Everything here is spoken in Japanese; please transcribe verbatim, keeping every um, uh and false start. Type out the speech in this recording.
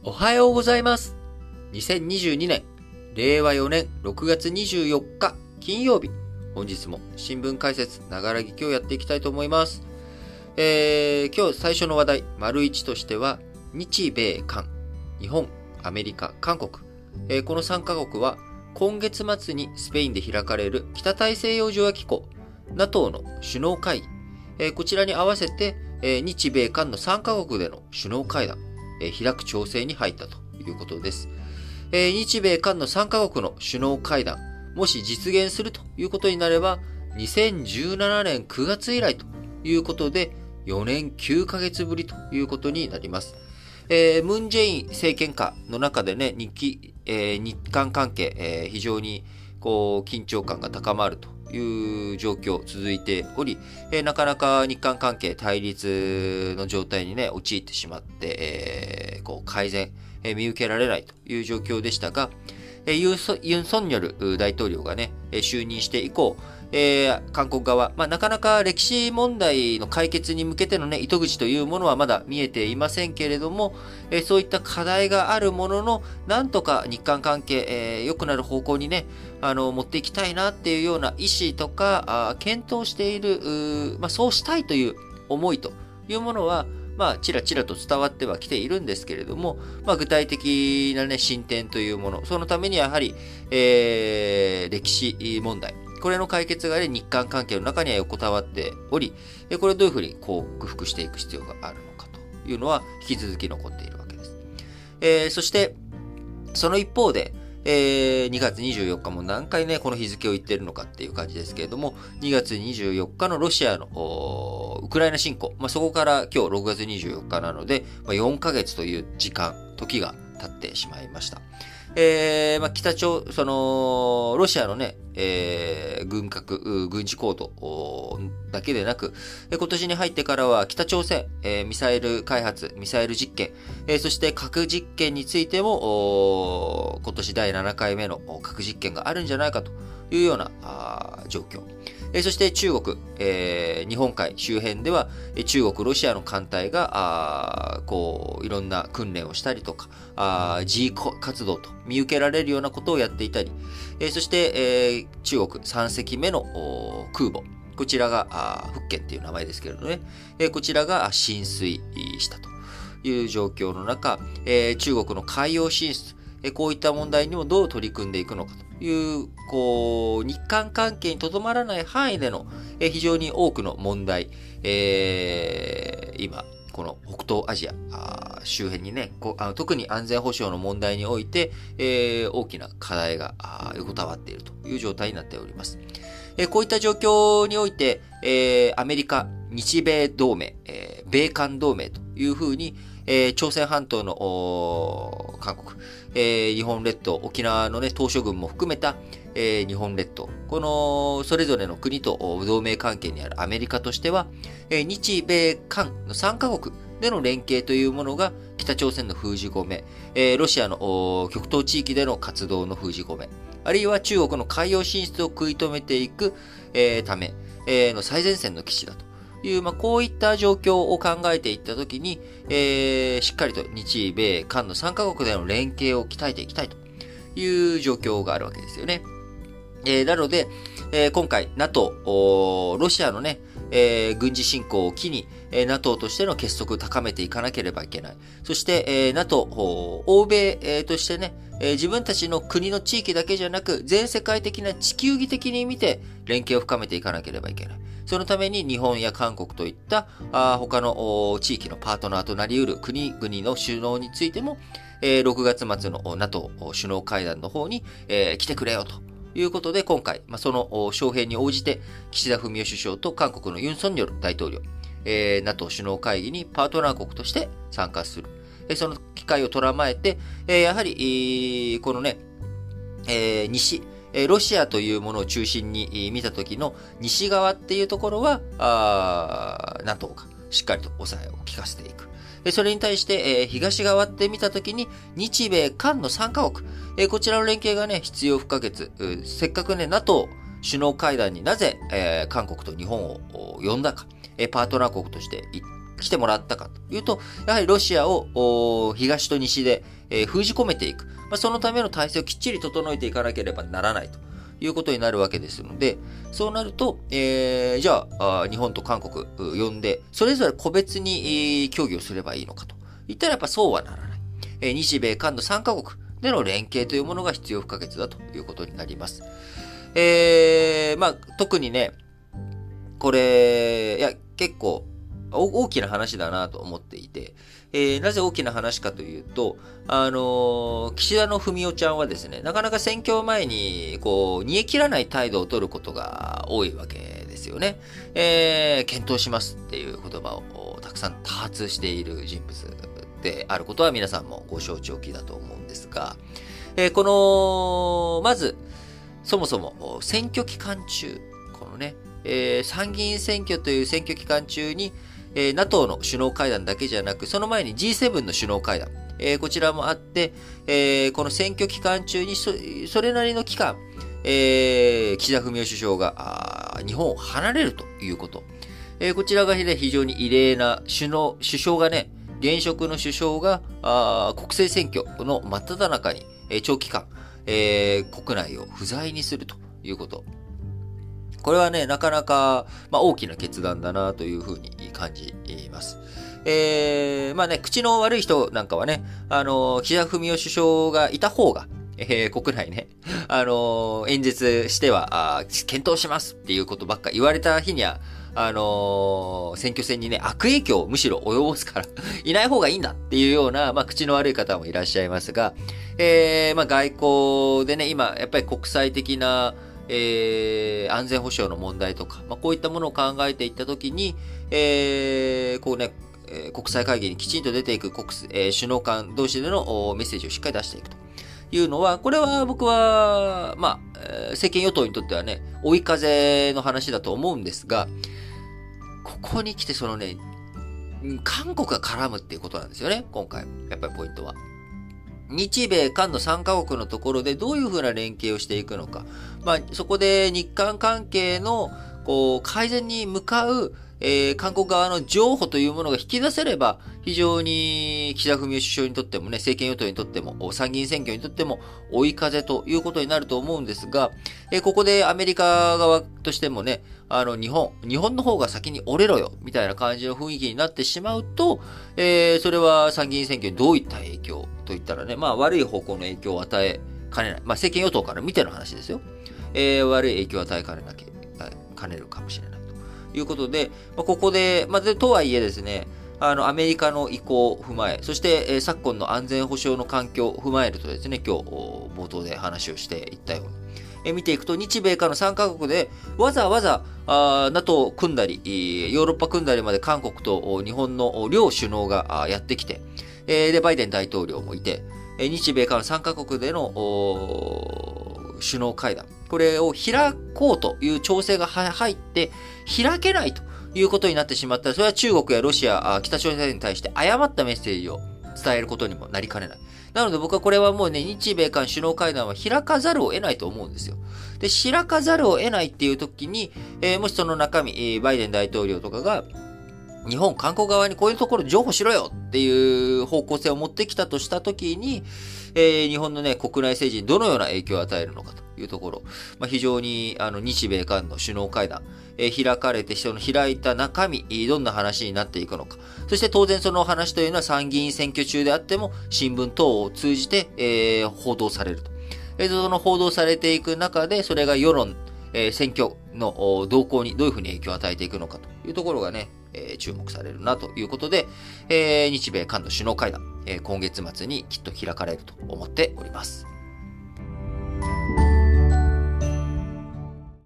おはようございます。にせんにじゅうにねん、れいわよねんろくがつにじゅうよっか金曜日、本日も新聞解説、ながら聞きをやっていきたいと思います。えー、今日最初の話題、丸いちとしては、日米韓、日本、アメリカ、韓国、えー、このさんカ国は、今月末にスペインで開かれる北大西洋条約機構、ナトー の首脳会議、えー、こちらに合わせて、えー、日米韓のさんカ国での首脳会談、えー、開く調整に入ったということです。えー、日米韓のさんカ国の首脳会談、もし実現するということになれば、にせんじゅうななねんくがつ以来ということで、よねんきゅうかげつぶりということになります。えー、ムン・ジェイン政権下の中でね、日記、えー、日韓関係、えー、非常にこう緊張感が高まるという状況続いており、えー、なかなか日韓関係対立の状態にね、陥ってしまって、えー、こう改善、えー、見受けられないという状況でしたが、えー、ユンソ、ユン・ソンニョル大統領がね、就任して以降、えー、韓国側、まあ、なかなか歴史問題の解決に向けてのね、糸口というものはまだ見えていませんけれども、えー、そういった課題があるものの、なんとか日韓関係、えー、良くなる方向にね、あの、持っていきたいなっていうような意思とか、あ検討している、まあ、そうしたいという思いというものは、まあ、ちらちらと伝わってはきているんですけれども、まあ、具体的なね、進展というもの、そのためにやはり、えー、歴史問題、これの解決がね、日韓関係の中には横たわっており、これをどういうふうにこう克服していく必要があるのかというのは引き続き残っているわけです。えー、そして、その一方で、えー、にがつにじゅうよっかも何回ね、この日付を言っているのかっていう感じですけれども、にがつにじゅうよっかのロシアのウクライナ侵攻、まあ、そこから今日ろくがつにじゅうよっかなので、まあ、よんかげつという時間、時が経ってしまいました。えー、まあ、北朝、その、ロシアのね、えー、軍拡、軍事行動だけでなく、今年に入ってからは北朝鮮、えー、ミサイル開発、ミサイル実験、えー、そして核実験についても、今年だいななかいめの核実験があるんじゃないかというような状況。えー、そして中国、えー、日本海周辺では、中国、ロシアの艦隊が、あこう、いろんな訓練をしたりとか、あ G 活動と見受けられるようなことをやっていたり、えー、そして、えー、中国さんせきめの空母、こちらが、福建っていう名前ですけれどね、えー、こちらが浸水したという状況の中、えー、中国の海洋進出、えー、こういった問題にもどう取り組んでいくのかという、こう、日韓関係にとどまらない範囲での、えー、非常に多くの問題、えー、今、この北東アジア周辺にね、こあの特に安全保障の問題において、えー、大きな課題が横たわっているという状態になっております。えー、こういった状況において、えー、アメリカ、日米同盟、えー、米韓同盟というふうに、えー、朝鮮半島の韓国、えー、日本列島、沖縄のね、島嶼群も含めた、えー、日本列島、このそれぞれの国と同盟関係にあるアメリカとしては、えー、日米韓のさんカ国での連携というものが北朝鮮の封じ込め、えー、ロシアの極東地域での活動の封じ込め、あるいは中国の海洋進出を食い止めていく、えー、ため、えー、の最前線の基地だという、まあ、こういった状況を考えていったときに、えー、しっかりと日米韓のさんカ国での連携を鍛えていきたいという状況があるわけですよね。えー、なので、えー、今回 ナトー、ロシアのね、えー、軍事侵攻を機に、えー、ナトー としての結束を高めていかなければいけない。そして、えー、ナトー、欧米、えー、としてね、えー、自分たちの国の地域だけじゃなく、全世界的な地球儀的に見て連携を深めていかなければいけない。そのために日本や韓国といったあ他の地域のパートナーとなり得る国々の首脳についても、えー、ろくがつ末の ナトー 首脳会談の方に、えー、来てくれよと。ということで、今回、まあ、その招聘に応じて、岸田文雄首相と韓国のユン・ソンニョル大統領、えー、ナトー 首脳会議にパートナー国として参加する。えー、その機会を捉まえて、えー、やはり、えー、このね、えー、西、えー、ロシアというものを中心に見たときの西側っていうところは、あ ナトー がしっかりと抑えを効かせていく。それに対して、えー、東側って見たときに、日米韓のさんカ国、えー、こちらの連携がね、必要不可欠。せっかくね、ナトー 首脳会談になぜ、えー、韓国と日本を呼んだか、えー、パートナー国として来てもらったかというと、やはりロシアを東と西で、えー、封じ込めていく。まあ、そのための体制をきっちり整えていかなければならないということになるわけですので、そうなると、えー、じゃあ、あ日本と韓国呼んで、それぞれ個別に、えー、協議をすればいいのかと言ったらやっぱそうはならない。えー、日米韓のさんカ国での連携というものが必要不可欠だということになります。えー、まあ、特にね、これ、いや、結構、大きな話だなと思っていて、えー、なぜ大きな話かというと、あのー、岸田の文雄ちゃんはですね、なかなか選挙前に、こう、煮え切らない態度を取ることが多いわけですよね。えー、検討しますっていう言葉をたくさん多発している人物であることは皆さんもご承知おきだと思うんですが、えー、この、まず、そもそも選挙期間中、このね、えー、参議院選挙という選挙期間中に、えー、NATO の首脳会談だけじゃなく、その前に ジーセブン の首脳会談、えー、こちらもあって、えー、この選挙期間中にそ、それなりの期間、えー、岸田文雄首相が日本を離れるということ。えー、こちらが非常に異例な首脳、首相がね、現職の首相があ国政選挙の真っ只中に、えー、長期間、えー、国内を不在にするということ。これはね、なかなか、まあ、大きな決断だなというふうに感じます。えー、まあね、口の悪い人なんかはね、あの、岸田文雄首相がいた方が、えー、国内ね、あの、演説しては、あ検討しますっていうことばっか言われた日には、あのー、選挙戦にね、悪影響をむしろ及ぼすから、いない方がいいんだっていうような、まあ、口の悪い方もいらっしゃいますが、えー、まあ、外交でね、今、やっぱり国際的な、えー、安全保障の問題とか、まあ、こういったものを考えていったときに、えー、こうね、えー、国際会議にきちんと出ていく国、えー、首脳間同士でのメッセージをしっかり出していくというのは、これは僕は、まあ、政権与党にとってはね、追い風の話だと思うんですが、ここに来てそのね、韓国が絡むっていうことなんですよね、今回。やっぱりポイントは。日米韓のさんカ国のところでどういうふうな連携をしていくのか。まあ、そこで日韓関係の、こう、改善に向かう、えー、韓国側の譲歩というものが引き出せれば、非常に岸田文雄首相にとってもね、政権与党にとっても、参議院選挙にとっても追い風ということになると思うんですが、えー、ここでアメリカ側としてもね、あの、日本、日本の方が先に折れろよ、みたいな感じの雰囲気になってしまうと、えー、それは参議院選挙にどういった影響といったらね、まあ悪い方向の影響を与えかねない。まあ政権与党から見ての話ですよ。えー、悪い影響を与えかねなきゃ、かねるかもしれないということで、まあ、ここで、まあ、で、とはいえですね、あの、アメリカの意向を踏まえ、そして、えー、昨今の安全保障の環境を踏まえるとですね、今日、冒頭で話をしていったように、えー、見ていくと、日米韓のさんカ国で、わざわざ、あ NATO を組んだり、ヨーロッパ組んだりまで韓国と日本の両首脳がやってきて、えー、で、バイデン大統領もいて、日米韓のさんカ国での首脳会談、これを開こうという調整が入って、開けないということになってしまったら、それは中国やロシア、北朝鮮に対して誤ったメッセージを伝えることにもなりかねない。なので僕はこれはもうね、日米韓首脳会談は開かざるを得ないと思うんですよ。で、開かざるを得ないっていう時に、えー、もしその中身、バイデン大統領とかが、日本、韓国側にこういうところ譲歩しろよっていう方向性を持ってきたとしたときに、えー、日本のね、国内政治にどのような影響を与えるのかというところ、まあ、非常に、あの、日米韓の首脳会談、えー、開かれて、その開いた中身、どんな話になっていくのか。そして当然その話というのは参議院選挙中であっても、新聞等を通じて、えー、報道されると。えー、その報道されていく中で、それが世論、えー、選挙の動向にどういうふうに影響を与えていくのかというところがね、えー、注目されるなということで、えー、日米韓の首脳会談、えー、今月末にきっと開かれると思っております。